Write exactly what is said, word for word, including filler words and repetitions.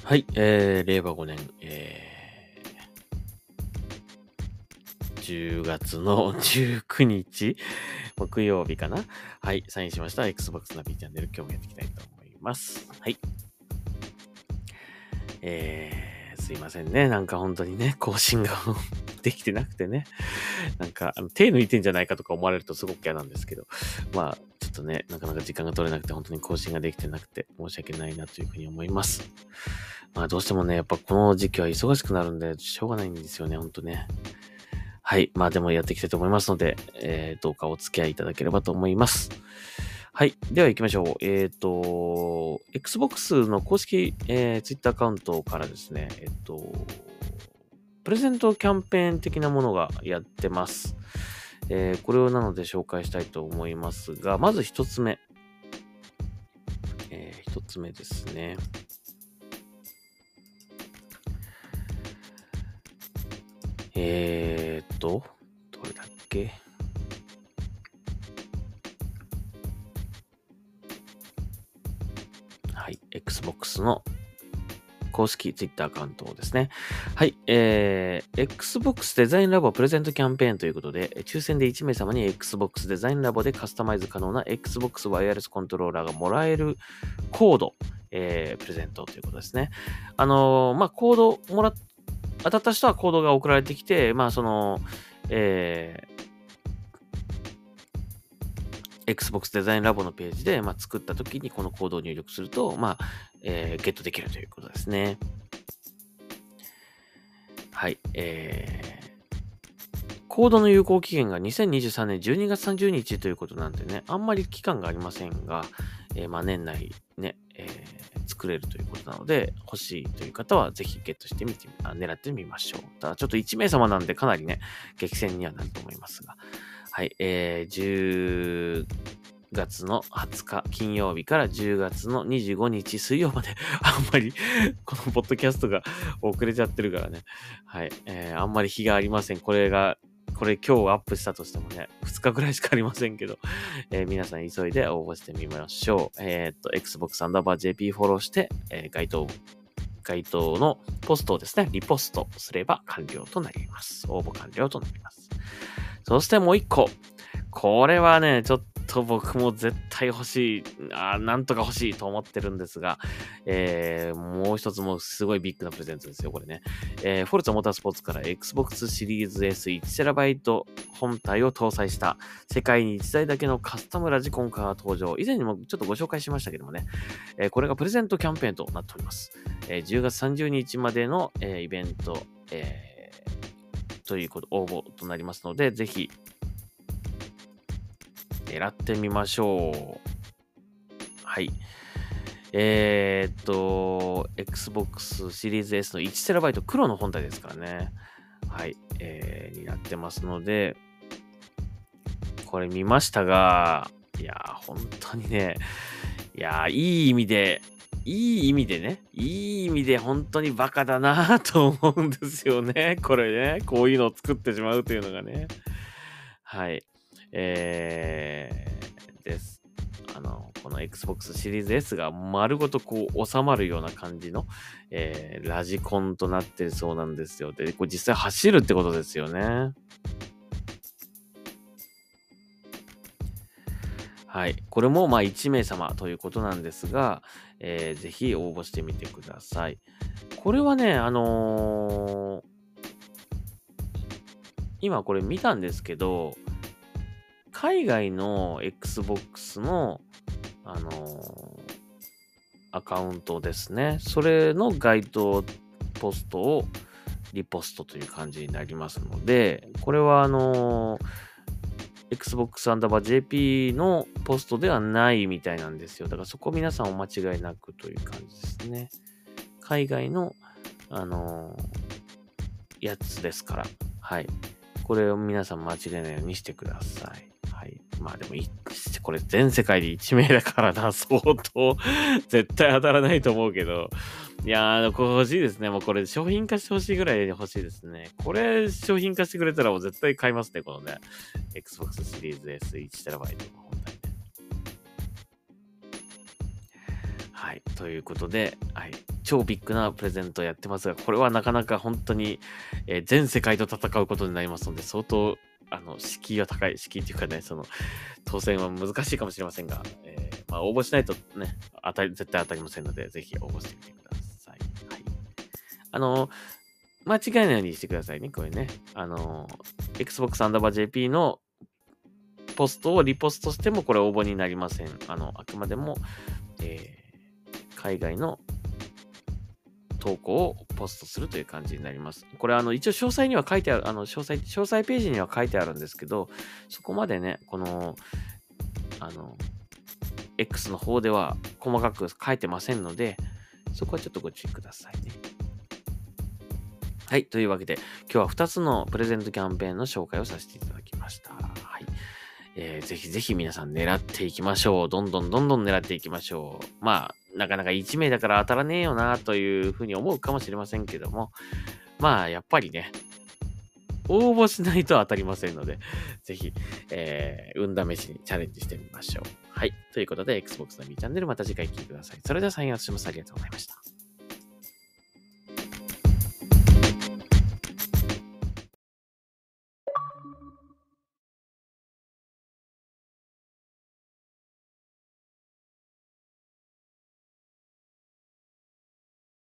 はい、えー、令和ごねん、えー、じゅうがつのじゅうくにち、木曜日かな。はい、サインしました Xbox ナビチャンネル、今日もやっていきたいと思います。はい。えー、すいませんね。なんか本当にね、更新ができてなくてね。なんか、あの手抜いてんじゃないかとか思われるとすごく嫌なんですけど、まあ、ちょっとね、なかなか時間が取れなくて、本当に更新ができてなくて、申し訳ないなというふうに思います。まあ、どうしてもね、やっぱこの時期は忙しくなるんで、しょうがないんですよね、本当ね。はい。まあ、でもやっていきたいと思いますので、えー、どうかお付き合いいただければと思います。はい。では行きましょう。えっ、と、Xbox の公式、えー、Twitter アカウントからですね、えっ、と、プレゼントキャンペーン的なものがやってます。えー、これをなので紹介したいと思いますが、まず一つ目。えー、一つ目ですね。えーっと、どれだっけ。はい。Xbox の公式 Twitter アカウントですね。はい。えー、Xbox デザインラボプレゼントキャンペーンということで、抽選でいちめい様に Xbox デザインラボでカスタマイズ可能な Xbox ワイヤレスコントローラーがもらえるコード、えー、プレゼントということですね。あのー、まあ、コードもらっ、当たった人はコードが送られてきて、まあ、その、えー、Xbox デザインラボのページで、まあ、作った時にこのコードを入力すると、まあ、えー、ゲットできるということですね。はい。えー、コードの有効期限がにせんにじゅうさんねんじゅうにがつさんじゅうにちということなんでね、あんまり期間がありませんが、えー、まあ年内ね、えー、作れるということなので、欲しいという方はぜひゲットしてみて、あ狙ってみましょう。ただちょっといちめい様なんでかなりね、激戦にはなると思いますが。はい。えー、じゅうがつのはつか金曜日からじゅうがつのにじゅうごにち水曜まであんまりこのポッドキャストが遅れちゃってるからね。はい。えー、あんまり日がありません。これが、これ今日アップしたとしてもね、ふつかぐらいしかありませんけど、えー、皆さん急いで応募してみましょう。えー、っと、Xbox アンダーバー ジェーピー フォローして、えー、該当、該当のポストをですね、リポストすれば完了となります。応募完了となります。そしてもう一個。これはね、ちょっと僕も絶対欲しい、あなんとか欲しいと思ってるんですが、えー、もう一つもすごいビッグなプレゼントですよ、これね。えー、フォルツァモータースポーツから Xbox シリーズ エスいちテラバイト 本体を搭載した世界にいちだいだけのカスタムラジコンカーが登場。以前にもちょっとご紹介しましたけどもね、えー、これがプレゼントキャンペーンとなっております。えー、じゅうがつさんじゅうにちまでの、えー、イベント、えー、ということ、応募となりますので、ぜひ、狙ってみましょう。はい。えー、っと、Xbox シリーズ エス の いちテラバイト 黒の本体ですからね。はい。えー、になってますので、これ見ましたが、いやー、本当にね、いやー、いい意味で、いい意味でね、いい意味で本当にバカだなと思うんですよね。これね、こういうのを作ってしまうというのがね。はい。えー、です。あの、この Xbox シリーズ エス が丸ごとこう収まるような感じの、えー、ラジコンとなってるそうなんですよ。で、これ実際走るってことですよね。はい。これもまあいちめい様ということなんですが、えー、ぜひ応募してみてください。これはね、あのー今これ見たんですけど、海外の Xbox の、あのーアカウントですね。それの該当ポストをリポストという感じになりますので、これはあのー Xbox アンダーバー ジェーピー のポストではないみたいなんですよ。だからそこ皆さんお間違いなくという感じですね。海外の、あのーやつですから。はい。これを皆さん間違えないようにしてください。はい。まあでも、これ全世界でいちめいだからな、相当絶対当たらないと思うけど。いやー、これ欲しいですね。もうこれ商品化してほしいぐらい欲しいですね。これ商品化してくれたらもう絶対買いますね、このね。Xbox シリーズ エスいちテラバイト の本体ね。 はい。ということで、はい。超ビッグなプレゼントをやってますが、これはなかなか本当に、えー全世界と戦うことになりますので、相当、あの、敷居は高い、敷居っていうかね、その、当選は難しいかもしれませんが、えーまあ、応募しないとね、当たり、絶対当たりませんので、ぜひ応募してみてください。はい。あの、間違いないようにしてくださいね、これね。あの、Xbox アンダーバー ジェーピー のポストをリポストしてもこれ応募になりません。あの、あくまでも、えー海外の投稿をポストするという感じになります。これあの一応詳細には書いてある、あの詳細、詳細ページには書いてあるんですけど、そこまでね、この、あの、X の方では細かく書いてませんので、そこはちょっとご注意くださいね。はい。というわけで、今日はふたつのプレゼントキャンペーンの紹介をさせていただきました。はい。えーぜひぜひ皆さん狙っていきましょう。どんどんどんどん狙っていきましょう。まあ、なかなかいち名だから当たらねえよなというふうに思うかもしれませんけども、まあ、やっぱりね、応募しないと当たりませんので、ぜひ、えー、運試しにチャレンジしてみましょう。はい。ということで、Xbox のみチャンネルまた次回聞いてください。それではサインアウトします。ありがとうございました。